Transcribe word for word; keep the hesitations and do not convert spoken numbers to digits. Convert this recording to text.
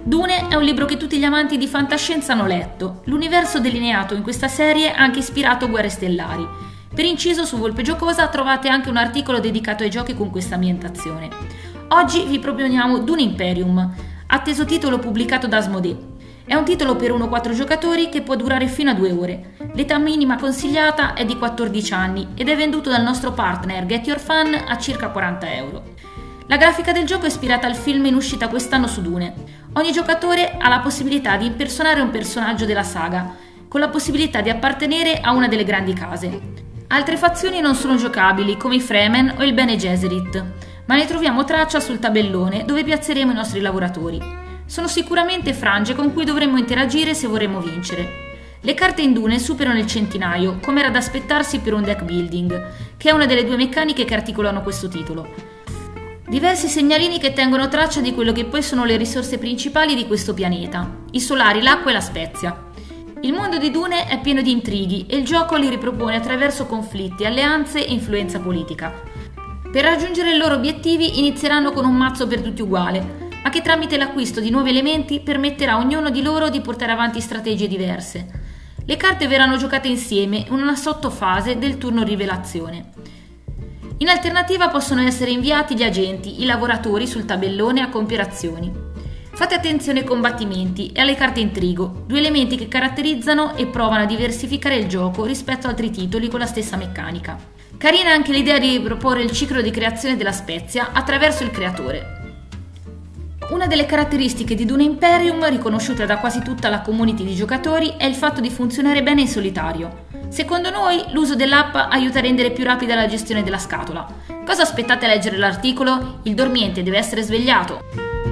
Dune è un libro che tutti gli amanti di fantascienza hanno letto. L'universo delineato in questa serie ha anche ispirato Guerre Stellari. Per inciso, su Volpe Giocosa trovate anche un articolo dedicato ai giochi con questa ambientazione. Oggi vi proponiamo Dune Imperium, atteso titolo pubblicato da Asmodee. È un titolo per uno a quattro giocatori che può durare fino a due ore. L'età minima consigliata è di quattordici anni ed è venduto dal nostro partner Get Your Fun a circa quaranta euro. La grafica del gioco è ispirata al film in uscita quest'anno su Dune. Ogni giocatore ha la possibilità di impersonare un personaggio della saga, con la possibilità di appartenere a una delle grandi case. Altre fazioni non sono giocabili, come i Fremen o il Bene Gesserit, ma ne troviamo traccia sul tabellone dove piazzeremo i nostri lavoratori. Sono sicuramente frange con cui dovremmo interagire se vorremmo vincere. Le carte in Dune superano il centinaio, come era da aspettarsi per un deck building, che è una delle due meccaniche che articolano questo titolo. Diversi segnalini che tengono traccia di quello che poi sono le risorse principali di questo pianeta, i solari, l'acqua e la spezia. Il mondo di Dune è pieno di intrighi e il gioco li ripropone attraverso conflitti, alleanze e influenza politica. Per raggiungere i loro obiettivi inizieranno con un mazzo per tutti uguale, ma che tramite l'acquisto di nuovi elementi permetterà a ognuno di loro di portare avanti strategie diverse. Le carte verranno giocate insieme in una sottofase del turno rivelazione. In alternativa possono essere inviati gli agenti, i lavoratori sul tabellone a compiere azioni. Fate attenzione ai combattimenti e alle carte intrigo, due elementi che caratterizzano e provano a diversificare il gioco rispetto ad altri titoli con la stessa meccanica. Carina anche l'idea di proporre il ciclo di creazione della spezia attraverso il creatore. Una delle caratteristiche di Dune Imperium, riconosciuta da quasi tutta la community di giocatori, è il fatto di funzionare bene in solitario. Secondo noi, l'uso dell'app aiuta a rendere più rapida la gestione della scatola. Cosa aspettate a leggere l'articolo? Il dormiente deve essere svegliato!